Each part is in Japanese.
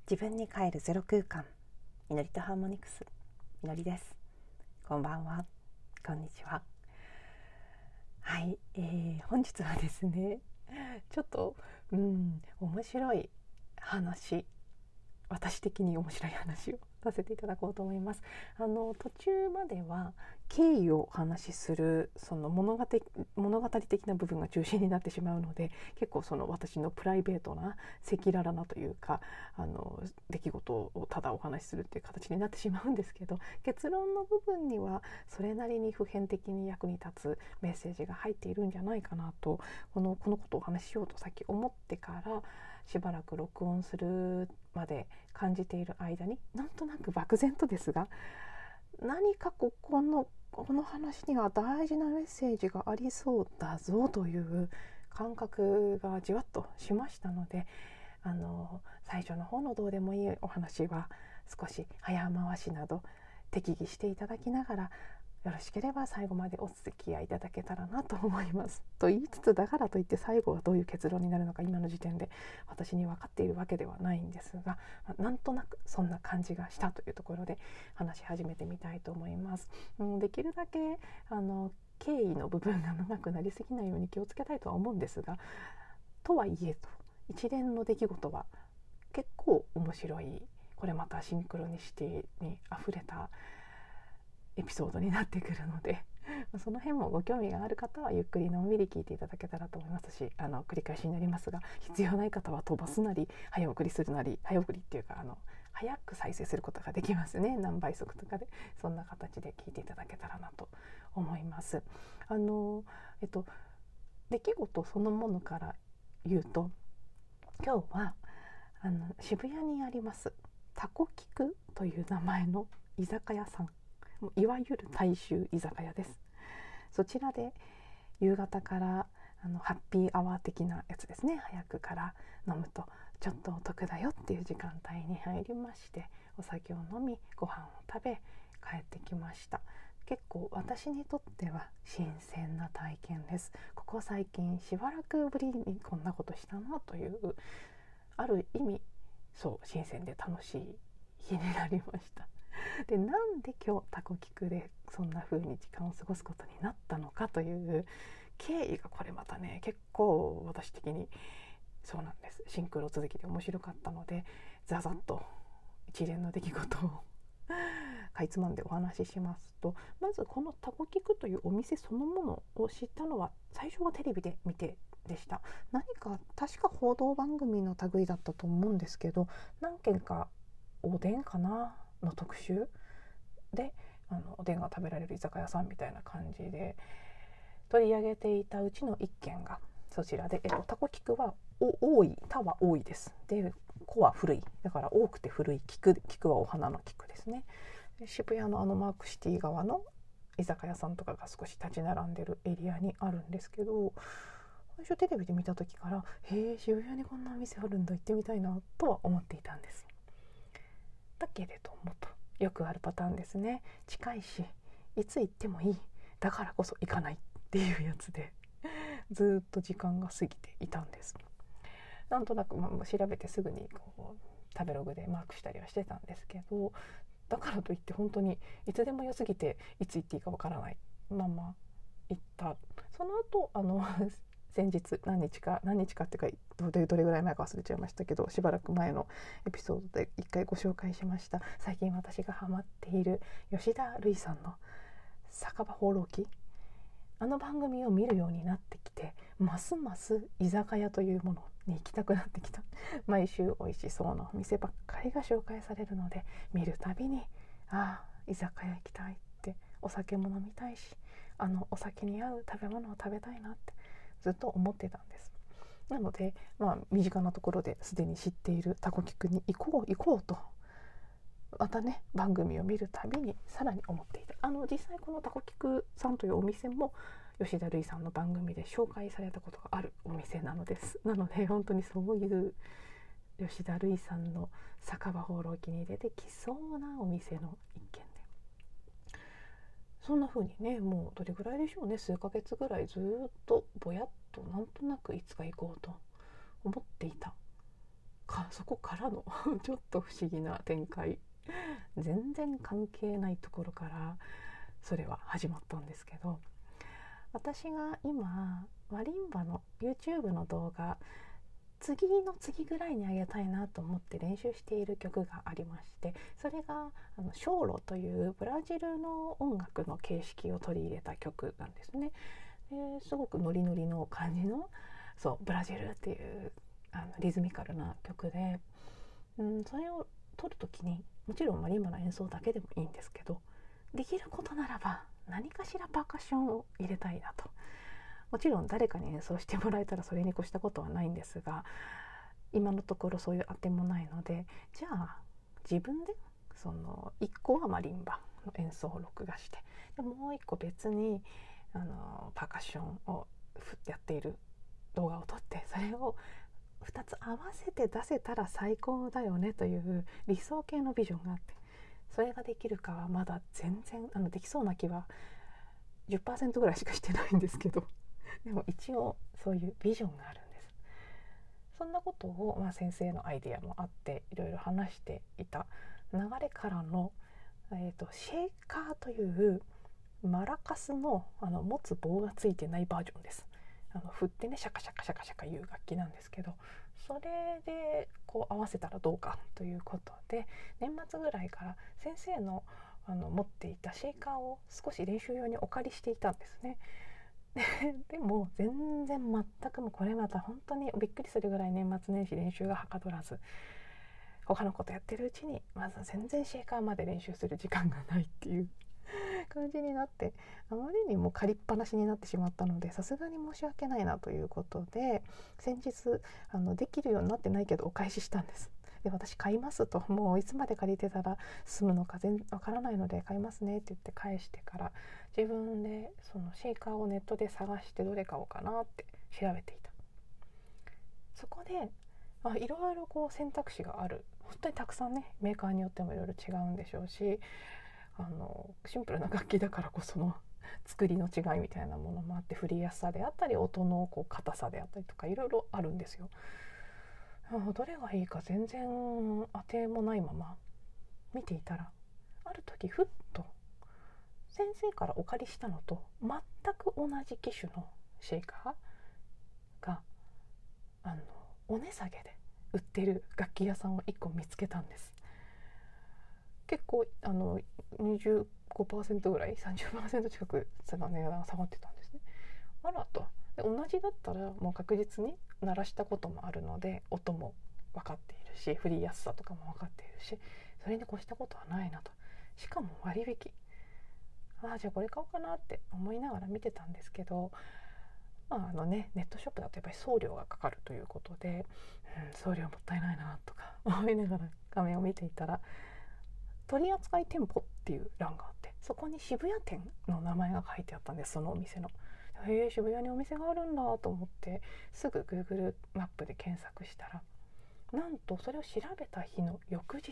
自分に帰るゼロ空間、みのりとハーモニクス、みのりです。こんばんは、こんにちは。はい、本日はですね、ちょっと面白い話、私的に面白い話をさせていただこうと思います。途中までは経緯をお話しするその物語的な部分が中心になってしまうので、結構その私のプライベートな赤裸々なというか出来事をただお話しするっていう形になってしまうんですけど、結論の部分にはそれなりに普遍的に役に立つメッセージが入っているんじゃないかなと、このことをお話ししようとさっき思ってからしばらく録音するまで感じている間に、なんとなく漠然とですが、何かこの話には大事なメッセージがありそうだぞという感覚がじわっとしましたので、最初の方のどうでもいいお話は少し早回しなど適宜していただきながら、よろしければ最後までお付き合いいただけたらなと思います。と言いつつ、だからといって最後はどういう結論になるのか今の時点で私に分かっているわけではないんですが、なんとなくそんな感じがしたというところで話し始めてみたいと思います。できるだけ経緯の部分が長くなりすぎないように気をつけたいとは思うんですが、とはいえと一連の出来事は結構面白い、これまたシンクロニシティにあふれたエピソードになってくるので、その辺もご興味がある方はゆっくりのんびり聞いていただけたらと思いますし、繰り返しになりますが、必要ない方は飛ばすなり早送りするなり、早送りっていうか早く再生することができますね、何倍速とかで。そんな形で聞いていただけたらなと思います。出来事そのものから言うと、今日は渋谷にありますタコキクという名前の居酒屋さん、いわゆる大衆居酒屋です。そちらで夕方からハッピーアワー的なやつですね、早くから飲むとちょっとお得だよっていう時間帯に入りまして、お酒を飲みご飯を食べ帰ってきました。結構私にとっては新鮮な体験です。ここ最近しばらくぶりにこんなことしたなという、ある意味新鮮で楽しい日になりました。で、なんで今日タコキクでそんな風に時間を過ごすことになったのかという経緯が、これまたね結構私的にそうなんです、シンクロ続きで面白かったので、ざざっと一連の出来事をかいつまんでお話ししますと、まずこのタコキクというお店そのものを知ったのは最初はテレビで見てでした。何か確か報道番組の類だったと思うんですけど、何件かおでんかなの特集でおでんが食べられる居酒屋さんみたいな感じで取り上げていたうちの1軒がそちらで、タコキクは多い、他は多いです。で、子は古い、だから多くて古い、菊はお花の菊ですね。で、渋谷のマークシティ側の居酒屋さんとかが少し立ち並んでるエリアにあるんですけど、最初テレビで見た時から渋谷にこんなお店あるんだ、行ってみたいなとは思っていたんです。だけれどもと、よくあるパターンですね。近いしいつ行ってもいい、だからこそ行かないっていうやつでずっと時間が過ぎていたんです。なんとなく、調べてすぐに食べログでマークしたりはしてたんですけど、だからといって本当にいつでも良すぎていつ行っていいかわからないまま行った。その後先日何日かっていうかどれぐらい前か忘れちゃいましたけど、しばらく前のエピソードで一回ご紹介しました、最近私がハマっている吉田類さんの酒場放浪記、番組を見るようになってきて、ますます居酒屋というものに行きたくなってきた。毎週美味しそうなお店ばっかりが紹介されるので、見るたびに居酒屋行きたいって、お酒も飲みたいし、お酒に合う食べ物を食べたいなってずっと思ってたんです。なので、身近なところですでに知っているタコキクに行こうと、またね番組を見るたびにさらに思っていた。実際このタコキクさんというお店も吉田類さんの番組で紹介されたことがあるお店なのです。なので本当にそういう吉田類さんの酒場放浪記に出てきそうなお店の一軒で、そんな風にね、もうどれぐらいでしょうね、数ヶ月ぐらいずっとぼやっとなんとなくいつか行こうと思っていたかそこからのちょっと不思議な展開、全然関係ないところからそれは始まったんですけど、私が今マリンバの YouTube の動画次の次ぐらいに上げたいなと思って練習している曲がありまして、それがショーロというブラジルの音楽の形式を取り入れた曲なんですね。ですごくノリノリの感じの、そうブラジルっていうリズミカルな曲で、それを撮る時にもちろんマリンバの演奏だけでもいいんですけど、できることならば何かしらパーカッションを入れたいなと。もちろん誰かに演奏してもらえたらそれに越したことはないんですが、今のところそういう当てもないので、じゃあ自分でその1個はマリンバの演奏を録画して、でもう1個別にパーカッションをやっている動画を撮って、それを2つ合わせて出せたら最高だよねという理想系のビジョンがあって、それができるかはまだ全然できそうな気は 10% ぐらいしかしてないんですけど、でも一応そういうビジョンがあるんです。そんなことを、先生のアイデアもあっていろいろ話していた流れからの、シェーカーというマラカスの持つ棒がついてないバージョンです。振ってねシャカシャカシャカシャカいう楽器なんですけど、それでこう合わせたらどうかということで、年末ぐらいから先生の持っていたシェーカーを少し練習用にお借りしていたんですね。でも全然全くもこれまた本当にびっくりするぐらい年末年始練習がはかどらず、他のことやってるうちにまず全然シェーカーまで練習する時間がないっていう感じになって、あまりにも借りっぱなしになってしまったので、さすがに申し訳ないなということで、先日できるようになってないけどお返ししたんです。で、私買いますと、もういつまで借りてたら済むのかわからないので買いますねって言って返してから、自分でそのシェーカーをネットで探してどれ買おうかなって調べていた。そこでいろいろこう選択肢がある。本当にたくさんね、メーカーによってもいろいろ違うんでしょうし、シンプルな楽器だからこその作りの違いみたいなものもあって、振りやすさであったり音のこう硬さであったりとかいろいろあるんですよ。どれがいいか全然当てもないまま見ていたら、ある時ふっと先生からお借りしたのと全く同じ機種のシェーカーがお値下げで売ってる楽器屋さんを1個見つけたんです。結構25% ぐらい 30% 近く値段が下がってたんですね。あらと。で、同じだったらもう確実に鳴らしたこともあるので音も分かっているし、振りやすさとかも分かっているし、それに越したことはないなと。しかも割引、じゃあこれ買おうかなって思いながら見てたんですけど、ネットショップだとやっぱり送料がかかるということで、送料もったいないなとか思いながら画面を見ていたら、取扱店舗っていう欄があって、そこに渋谷店の名前が書いてあったんです。そのお店の。渋谷にお店があるんだと思ってすぐ Google マップで検索したら、なんとそれを調べた日の翌日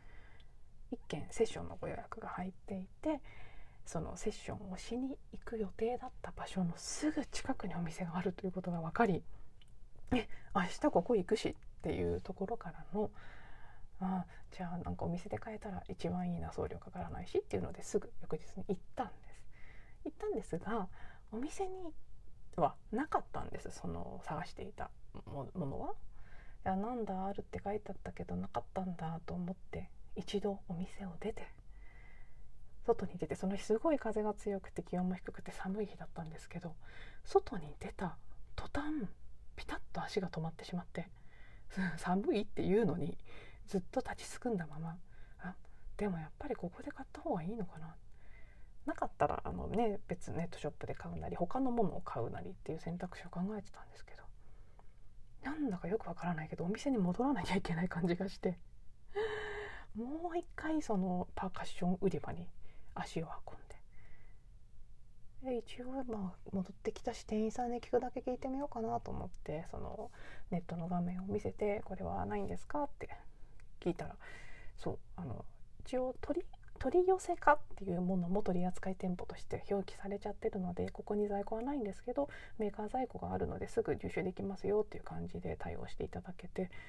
1件セッションのご予約が入っていて、そのセッションをしに行く予定だった場所のすぐ近くにお店があるということが分かり、明日ここ行くしっていうところからの、じゃあなんかお店で買えたら一番いいな、送料かからないしっていうのですぐ翌日に行ったんですが、お店にはなかったんです。その探していたものは。なんだ、あるって書いてあったけどなかったんだと思って、一度お店を出て外に出て、その日すごい風が強くて気温も低くて寒い日だったんですけど、外に出た途端ピタッと足が止まってしまって、寒いっていうのにずっと立ちすくんだまま、でもやっぱりここで買った方がいいのかな、なかったら別ネットショップで買うなり他のものを買うなりっていう選択肢を考えてたんですけど、なんだかよくわからないけどお店に戻らなきゃいけない感じがして、もう一回そのパーカッション売り場に足を運んで、一応戻ってきたし店員さんに聞くだけ聞いてみようかなと思って、そのネットの画面を見せて、これはないんですかって聞いたら、一応取り寄せ化っていうものも取扱店舗として表記されちゃってるので、ここに在庫はないんですけどメーカー在庫があるのですぐ入手できますよっていう感じで対応していただけて、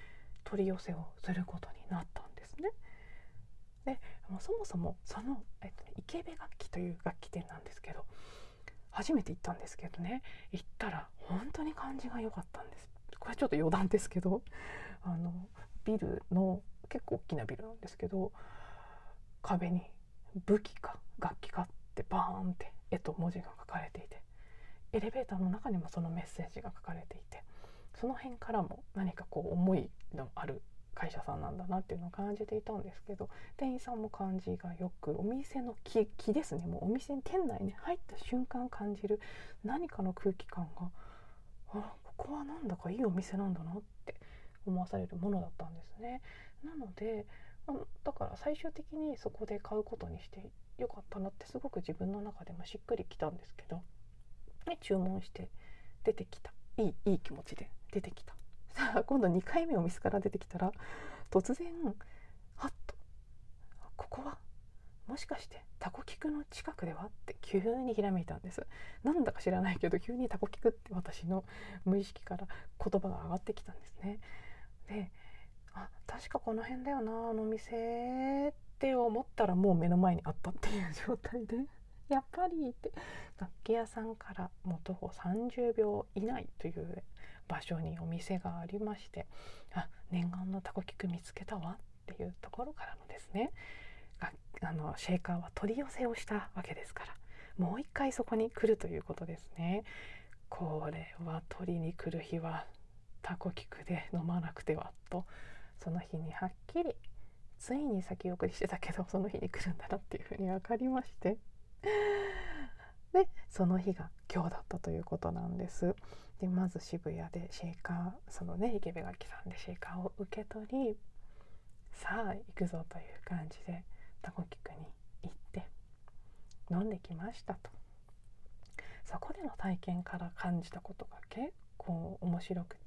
取り寄せをすることになったんですね。でそもそもその、池部楽器という楽器店なんですけど、初めて行ったんですけどね、行ったら本当に感じが良かったんです。これちょっと余談ですけど、ビルの結構大きなビルなんですけど、壁に武器か楽器かってバーンって絵と文字が書かれていて、エレベーターの中にもそのメッセージが書かれていて、その辺からも何かこう思いのある会社さんなんだなっていうのを感じていたんですけど、店員さんも感じがよく、お店の気ですね、もうお店に店内に入った瞬間感じる何かの空気感が、ここはなんだかいいお店なんだなって思わされるものだったんですね。なのでだから最終的にそこで買うことにしてよかったなってすごく自分の中でもしっくりきたんですけど、注文して出てきた、いい気持ちで出てきた。さあ今度2回目お店から出てきたら、突然はっと、ここはもしかしてタコキクの近くではって急にひらめいたんです。なんだか知らないけど急にタコキクって私の無意識から言葉が上がってきたんですね。で、確かこの辺だよなあの店って思ったら、もう目の前にあったっていう状態でやっぱりって楽器屋さんからもう徒歩30秒以内という場所にお店がありまして、念願のタコキク見つけたわっていうところからのですね、シェーカーは取り寄せをしたわけですから、もう一回そこに来るということですね。これは取りに来る日はタコキクで飲まなくてはと、その日にはっきり、ついに先送りしてたけどその日に来るんだなっていうふうに分かりまして、でその日が今日だったということなんです。でまず渋谷でシェーカー、そのね池部楽器さんでシェーカーを受け取り、さあ行くぞという感じでタコキクに行って飲んできましたと。そこでの体験から感じたことが結構面白くって、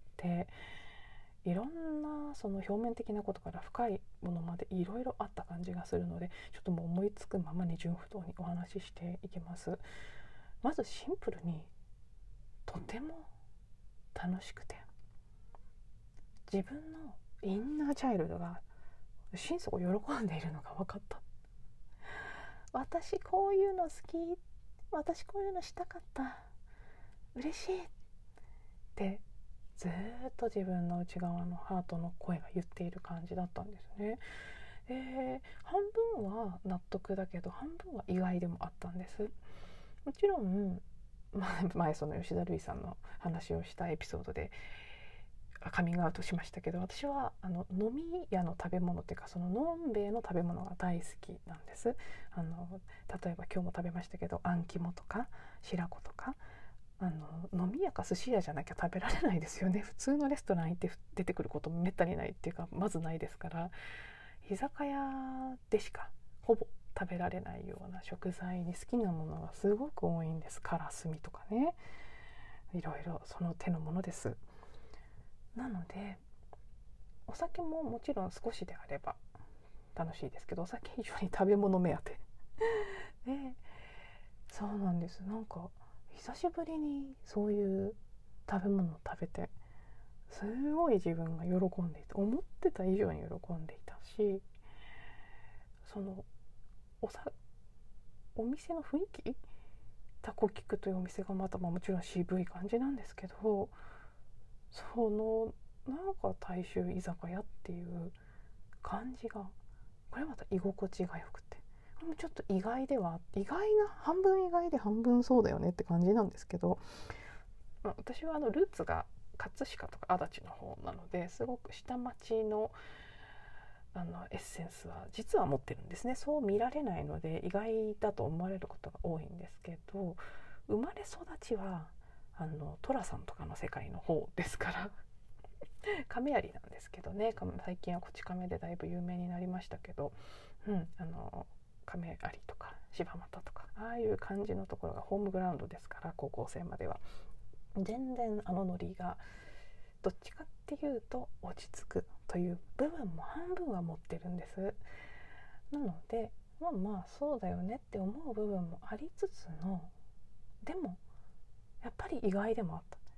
いろんなその表面的なことから深いものまでいろいろあった感じがするので、ちょっともう思いつくままに順不動にお話ししていきます。まずシンプルにとても楽しくて、自分のインナーチャイルドが心底喜んでいるのが分かった。私こういうの好き、私こういうのしたかった、嬉しいってずっと自分の内側のハートの声が言っている感じだったんですね。半分は納得だけど半分は意外でもあったんです。もちろん、前その吉田類さんの話をしたエピソードでカミングアウトしましたけど、私は飲み屋の食べ物っていうか、そののんべえの食べ物が大好きなんです。例えば今日も食べましたけど、あん肝とか白子とか、飲み屋か寿司屋じゃなきゃ食べられないですよね。普通のレストラン行って出てくることめったにないっていうか、まずないですから、居酒屋でしかほぼ食べられないような食材に好きなものがすごく多いんです。カラスミとかね、いろいろその手のものです。なのでお酒ももちろん少しであれば楽しいですけど、お酒以上に食べ物目当てで、そうなんです。なんか久しぶりにそういう食べ物を食べて、すごい自分が喜んでいた、思ってた以上に喜んでいたし、そのお店の雰囲気、タコキクというお店がまたもちろん渋い感じなんですけど、そのなんか大衆居酒屋っていう感じが、これまた居心地が良くて、ちょっと意外な、半分意外で半分そうだよねって感じなんですけど、私はルーツが葛飾とか足立の方なので、すごく下町のエッセンスは実は持ってるんですね。そう見られないので意外だと思われることが多いんですけど、生まれ育ちは寅さんとかの世界の方ですから亀有なんですけどね、最近はこち亀でだいぶ有名になりましたけど、亀有とか柴又とかああいう感じのところがホームグラウンドですから、高校生までは全然ノリがどっちかっていうと落ち着くという部分も半分は持ってるんです。なのでまあそうだよねって思う部分もありつつの、でもやっぱり意外でもあった。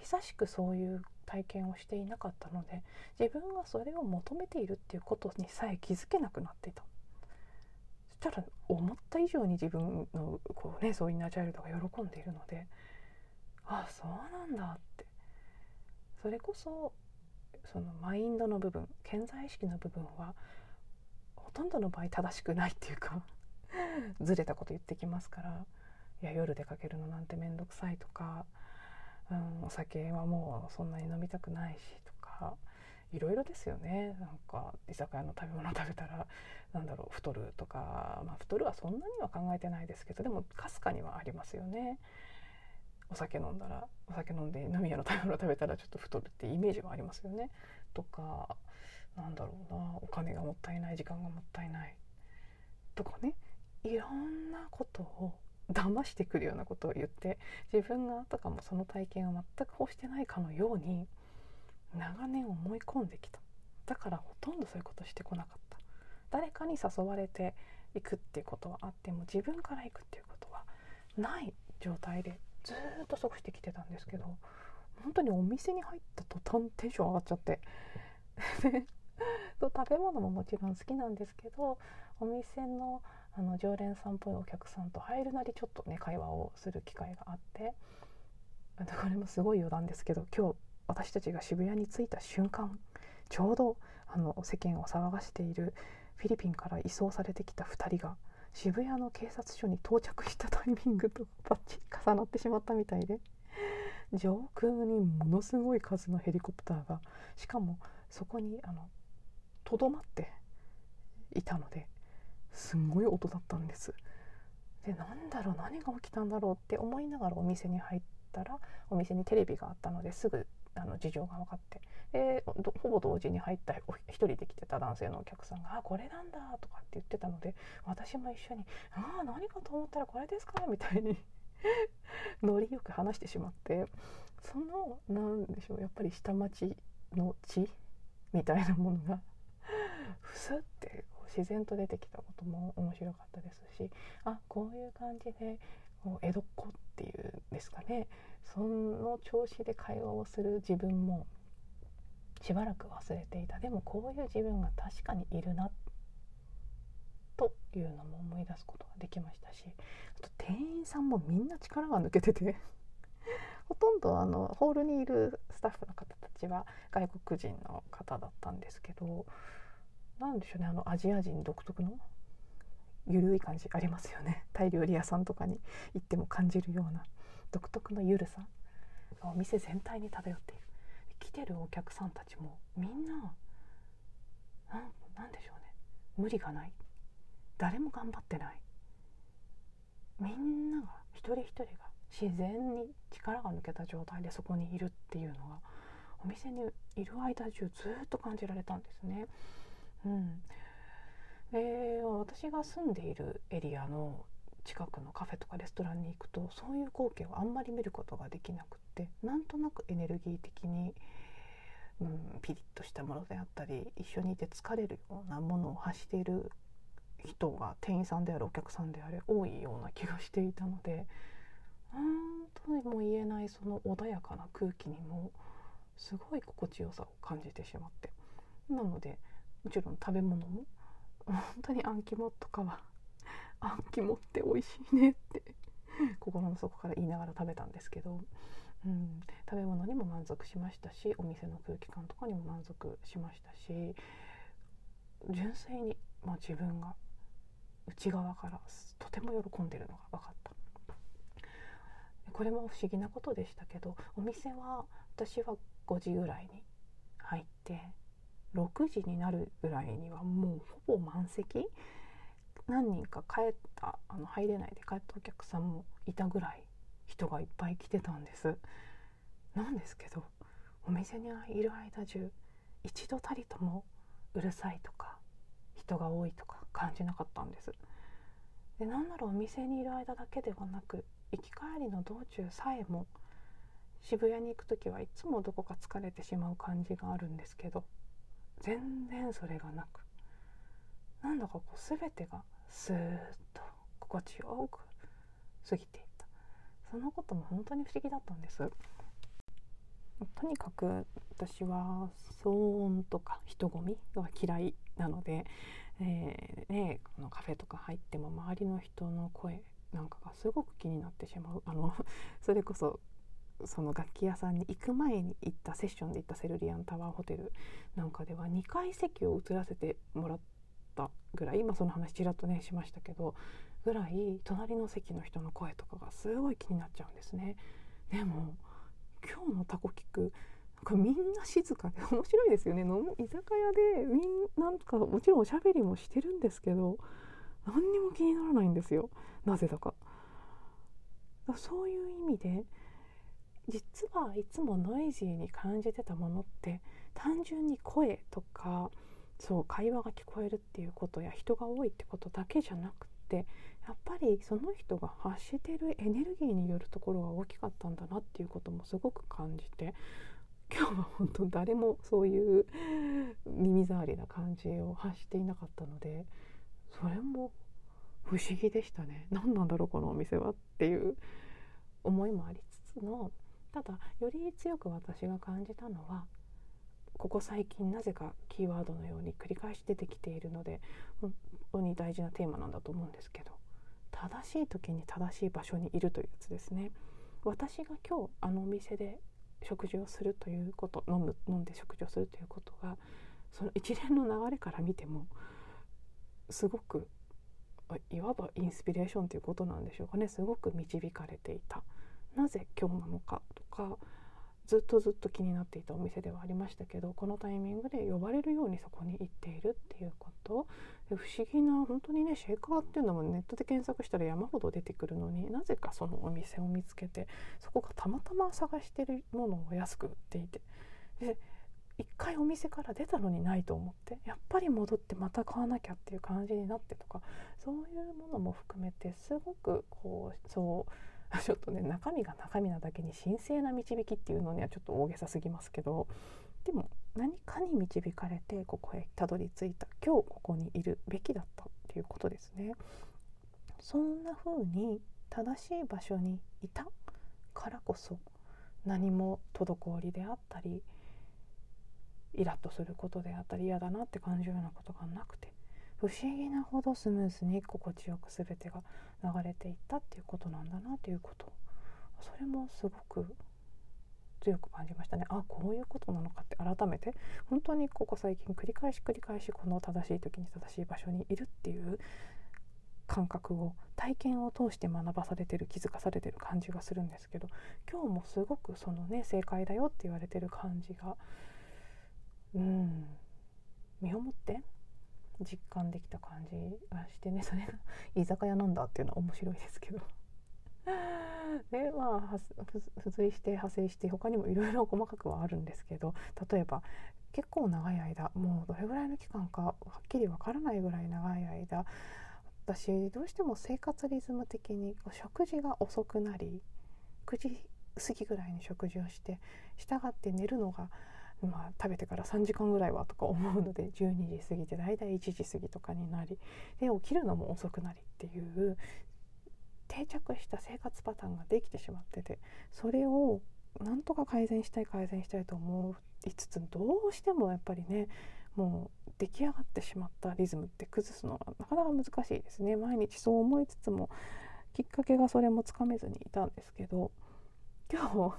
久しくそういう体験をしていなかったので、自分がそれを求めているっていうことにさえ気づけなくなっていた。そしたら思った以上に自分のそういうインナーチャイルドが喜んでいるので、あ、そうなんだって。それこそそのマインドの部分、潜在意識の部分はほとんどの場合正しくないっていうかずれたこと言ってきますから、いや夜出かけるのなんてめんどくさいとか、お酒はもうそんなに飲みたくないしとか、いろいろですよね。なんか居酒屋の食べ物食べたら太るとか、太るはそんなには考えてないですけど、でもかすかにはありますよね。お酒飲んで飲み屋の食べ物食べたらちょっと太るってイメージがありますよね。とか、お金がもったいない、時間がもったいないとかね、いろんなことを騙してくるようなことを言って、自分があたかもその体験を全く欲してないかのように長年思い込んできた。だからほとんどそういうことしてこなかった。誰かに誘われていくっていうことはあっても、自分から行くっていうことはない状態でずっと過ごしてきてたんですけど、本当にお店に入った途端テンション上がっちゃって食べ物ももちろん好きなんですけど、お店の常連さんっぽいお客さんと入るなりちょっとね会話をする機会があって、これもすごい余談ですけど、今日私たちが渋谷に着いた瞬間、ちょうど世間を騒がしているフィリピンから移送されてきた2人が渋谷の警察署に到着したタイミングとバッチリ重なってしまったみたいで、上空にものすごい数のヘリコプターが、しかもそこにとどまっていたので、すんごい音だったんです。で、何が起きたんだろうって思いながらお店に入ったら、お店にテレビがあったのですぐ事情が分かって、でほぼ同時に入った一人で来てた男性のお客さんが「あ、これなんだ」とかって言ってたので、私も一緒に「ああ、何かと思ったらこれですか」みたいにノリよく話してしまって、そのなんでしょう、やっぱり下町の血みたいなものがふすって自然と出てきたことも面白かったですし、あ、こういう感じで江戸っ子っていうんですかね、その調子で会話をする自分もしばらく忘れていた。でもこういう自分が確かにいるなというのも思い出すことができましたし、あと店員さんもみんな力が抜けててほとんどホールにいるスタッフの方たちは外国人の方だったんですけど、なんでしょうね、アジア人独特のゆるい感じありますよね。タイ料理屋さんとかに行っても感じるような独特のゆるさがお店全体に漂っている。来てるお客さんたちもみんななんでしょうね、無理がない、誰も頑張ってない、みんなが一人一人が自然に力が抜けた状態でそこにいるっていうのがお店にいる間中ずっと感じられたんですね。で、私が住んでいるエリアの近くのカフェとかレストランに行くとそういう光景をあんまり見ることができなくって、なんとなくエネルギー的に、ピリッとしたものであったり、一緒にいて疲れるようなものを発している人が店員さんであるお客さんであれ多いような気がしていたので、とも言えないその穏やかな空気にもすごい心地よさを感じてしまって、なのでもちろん食べ物も本当にあん肝とかはあん肝って美味しいねって心の底から言いながら食べたんですけど、食べ物にも満足しましたし、お店の空気感とかにも満足しましたし、純粋に、自分が内側からとても喜んでいるのが分かった。これも不思議なことでしたけど、お店は私は5時ぐらいに入って6時になるぐらいにはもうほぼ満席、何人か帰った入れないで帰ったお客さんもいたぐらい人がいっぱい来てたんです。なんですけど、お店にいる間中一度たりともうるさいとか人が多いとか感じなかったんです。で、なんだろう、お店にいる間だけではなく行き帰りの道中さえも、渋谷に行く時はいつもどこか疲れてしまう感じがあるんですけど、全然それがなく、なんだか全てがスーッと心地よく過ぎていった。そのことも本当に不思議だったんです。 とにかく私は騒音とか人混みが嫌いなので、このカフェとか入っても周りの人の声なんかがすごく気になってしまう。それこそその楽器屋さんに行く前に行ったセッションで行ったセルリアンタワーホテルなんかでは2階席を移らせてもらったぐらい、今その話ちらっとねしましたけど、ぐらい隣の席の人の声とかがすごい気になっちゃうんですね。でも今日のタコキクなんかみんな静かで面白いですよね。居酒屋でなんかもちろんおしゃべりもしてるんですけど、何にも気にならないんですよ、なぜだか。そういう意味で実はいつもノイジーに感じてたものって単純に声とかそう会話が聞こえるっていうことや人が多いってことだけじゃなくて、やっぱりその人が発してるエネルギーによるところが大きかったんだなっていうこともすごく感じて、今日は本当誰もそういう耳障りな感じを発していなかったので、それも不思議でしたね。何なんだろうこのお店はっていう思いもありつつの、ただより強く私が感じたのは、ここ最近なぜかキーワードのように繰り返し出てきているので本当に大事なテーマなんだと思うんですけど、正しい時に正しい場所にいるというやつですね。私が今日お店で食事をするということ、飲んで食事をするということが、その一連の流れから見てもすごくいわばインスピレーションということなんでしょうかね。すごく導かれていた。なぜ今日なのかとかずっと気になっていたお店ではありましたけど、このタイミングで呼ばれるようにそこに行っているっていうことで、不思議な、本当にね、シェーカーっていうのもネットで検索したら山ほど出てくるのに、なぜかそのお店を見つけて、そこがたまたま探してるものを安く売っていて、で一回お店から出たのにないと思って、やっぱり戻ってまた買わなきゃっていう感じになってとか、そういうものも含めてすごくちょっとね、中身が中身なだけに神聖な導きっていうのにはちょっと大げさすぎますけど、でも何かに導かれてここへたどり着いた、今日ここにいるべきだったっていうことですね。そんな風に正しい場所にいたからこそ、何も滞りであったりイラッとすることであったり嫌だなって感じるようなことがなくて、不思議なほどスムーズに心地よく全てが流れていったっていうことなんだなということ、それもすごく強く感じましたね。こういうことなのかって改めて、本当にここ最近繰り返しこの正しい時に正しい場所にいるっていう感覚を体験を通して学ばされてる、気づかされてる感じがするんですけど、今日もすごくそのね、正解だよって言われてる感じが身をもって実感できた感じがしてね、それが居酒屋なんだっていうのは面白いですけどで付随して派生して他にもいろいろ細かくはあるんですけど、例えば結構長い間、もうどれぐらいの期間かはっきりわからないぐらい長い間、私どうしても生活リズム的に食事が遅くなり、9時過ぎぐらいに食事をして、したがって寝るのが食べてから3時間ぐらいはとか思うので、12時過ぎてだいたい1時過ぎとかになり、で起きるのも遅くなりっていう定着した生活パターンができてしまってて、それをなんとか改善したいと思いつつ、どうしてもやっぱりね、もう出来上がってしまったリズムって崩すのはなかなか難しいですね。毎日そう思いつつもきっかけがそれもつかめずにいたんですけど、今日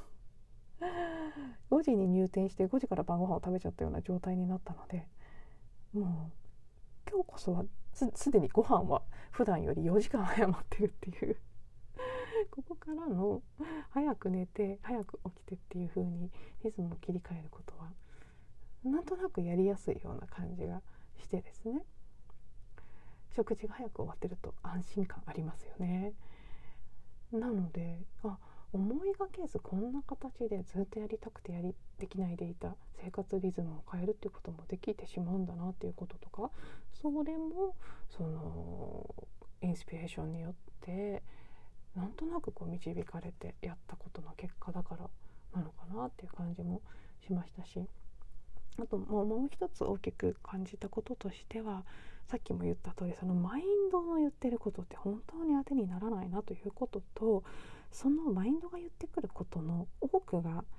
5時に入店して5時から晩ご飯を食べちゃったような状態になったので、もう今日こそはすでにご飯は普段より4時間早まってるっていうここからの早く寝て早く起きてっていう風にリズムを切り替えることはなんとなくやりやすいような感じがしてですね、食事が早く終わってると安心感ありますよね。なので思いがけずこんな形でずっとやりたくてできないでいた生活リズムを変えるっていうこともできてしまうんだなっていうこととか、それもそのインスピレーションによってなんとなく導かれてやったことの結果だからなのかなっていう感じもしましたし、あともう一つ大きく感じたこととしては、さっきも言った通り、そのマインドの言ってることって本当に当てにならないなということと、そのマインドが言ってくることの多くが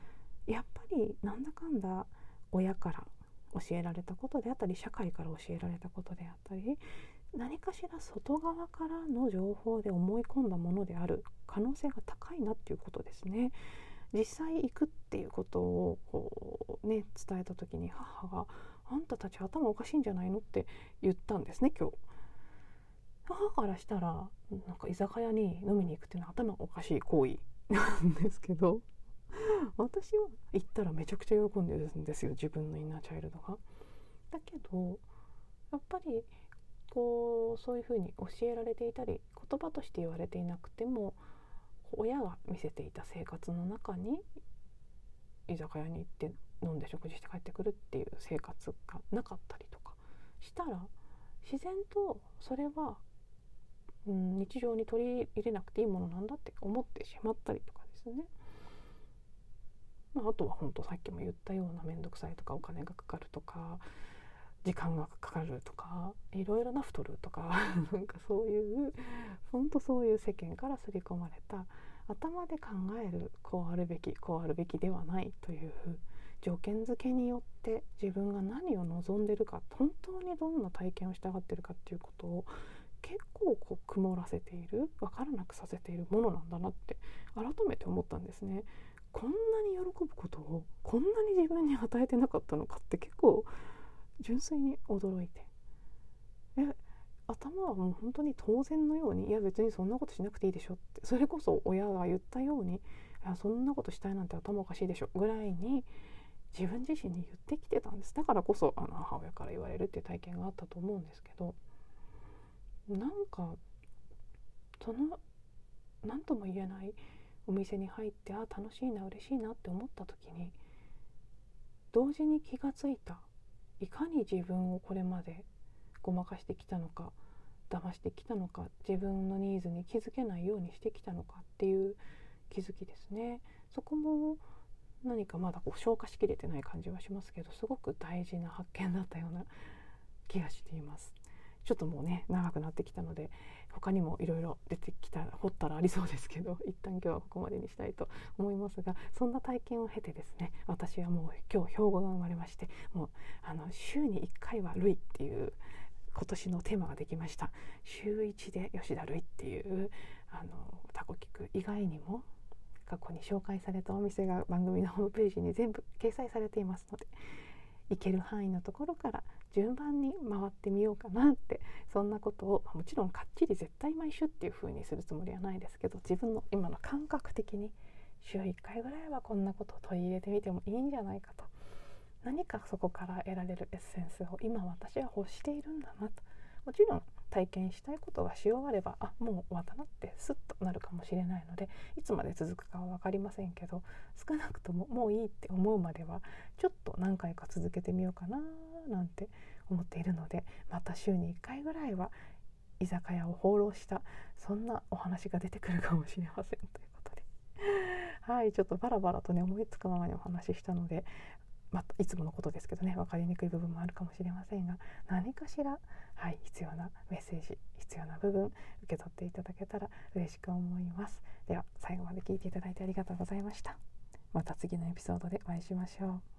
やっぱりなんだかんだ親から教えられたことであったり、社会から教えられたことであったり、何かしら外側からの情報で思い込んだものである可能性が高いなっていうことですね。実際行くっていうことを伝えた時に母が「あんたたち頭おかしいんじゃないの?」って言ったんですね、今日。母からしたらなんか居酒屋に飲みに行くっていうのは頭おかしい行為なんですけど、私は行ったらめちゃくちゃ喜んでるんですよ、自分のインナーチャイルドが。だけどやっぱりそういうふうに教えられていたり、言葉として言われていなくても親が見せていた生活の中に居酒屋に行って飲んで食事して帰ってくるっていう生活がなかったりとかしたら、自然とそれは、日常に取り入れなくていいものなんだって思ってしまったりとかですね。あとは本当さっきも言ったような面倒くさいとか、お金がかかるとか、時間がかかるとか、いろいろな太るとかなんかそういう本当そういう世間から刷り込まれた頭で考えるこうあるべきこうあるべきではないという条件付けによって自分が何を望んでるか、本当にどんな体験をしたがってるかっていうことを結構曇らせている、分からなくさせているものなんだなって改めて思ったんですね。こんなに喜ぶことをこんなに自分に与えてなかったのかって結構純粋に驚いて、頭はもう本当に当然のように、いや別にそんなことしなくていいでしょって、それこそ親が言ったように、いやそんなことしたいなんて頭おかしいでしょぐらいに自分自身に言ってきてたんです。だからこそ母親から言われるっていう体験があったと思うんですけど、なんかその何とも言えないお店に入って楽しいな嬉しいなって思った時に、同時に気がついた、いかに自分をこれまでごまかしてきたのか、騙してきたのか、自分のニーズに気づけないようにしてきたのかっていう気づきですね。そこも何かまだ消化しきれてない感じはしますけど、すごく大事な発見だったような気がしています。ちょっともうね長くなってきたので、他にもいろいろ出てきたら掘ったらありそうですけど、一旦今日はここまでにしたいと思いますが、そんな体験を経てですね、私はもう今日標語が生まれまして、もう週に1回はルイっていう今年のテーマができました。週1で吉田類っていうタコキク以外にも過去に紹介されたお店が番組のホームページに全部掲載されていますので、行ける範囲のところから順番に回ってみようかなって、そんなことをもちろんかっちり絶対毎週っていう風にするつもりはないですけど、自分の今の感覚的に週1回ぐらいはこんなことを取り入れてみてもいいんじゃないかと、何かそこから得られるエッセンスを今私は欲しているんだなと。もちろん体験したいことがし終わればもう終わったなってスッとなるかもしれないので、いつまで続くかは分かりませんけど、少なくとももういいって思うまではちょっと何回か続けてみようかななんて思っているので、また週に1回ぐらいは居酒屋を放浪したそんなお話が出てくるかもしれませんということではい、ちょっとバラバラとね思いつくままにお話ししたので、いつものことですけどね、分かりにくい部分もあるかもしれませんが、何かしら、必要なメッセージ、必要な部分受け取っていただけたら嬉しく思います。では最後まで聞いていただいてありがとうございました。また次のエピソードでお会いしましょう。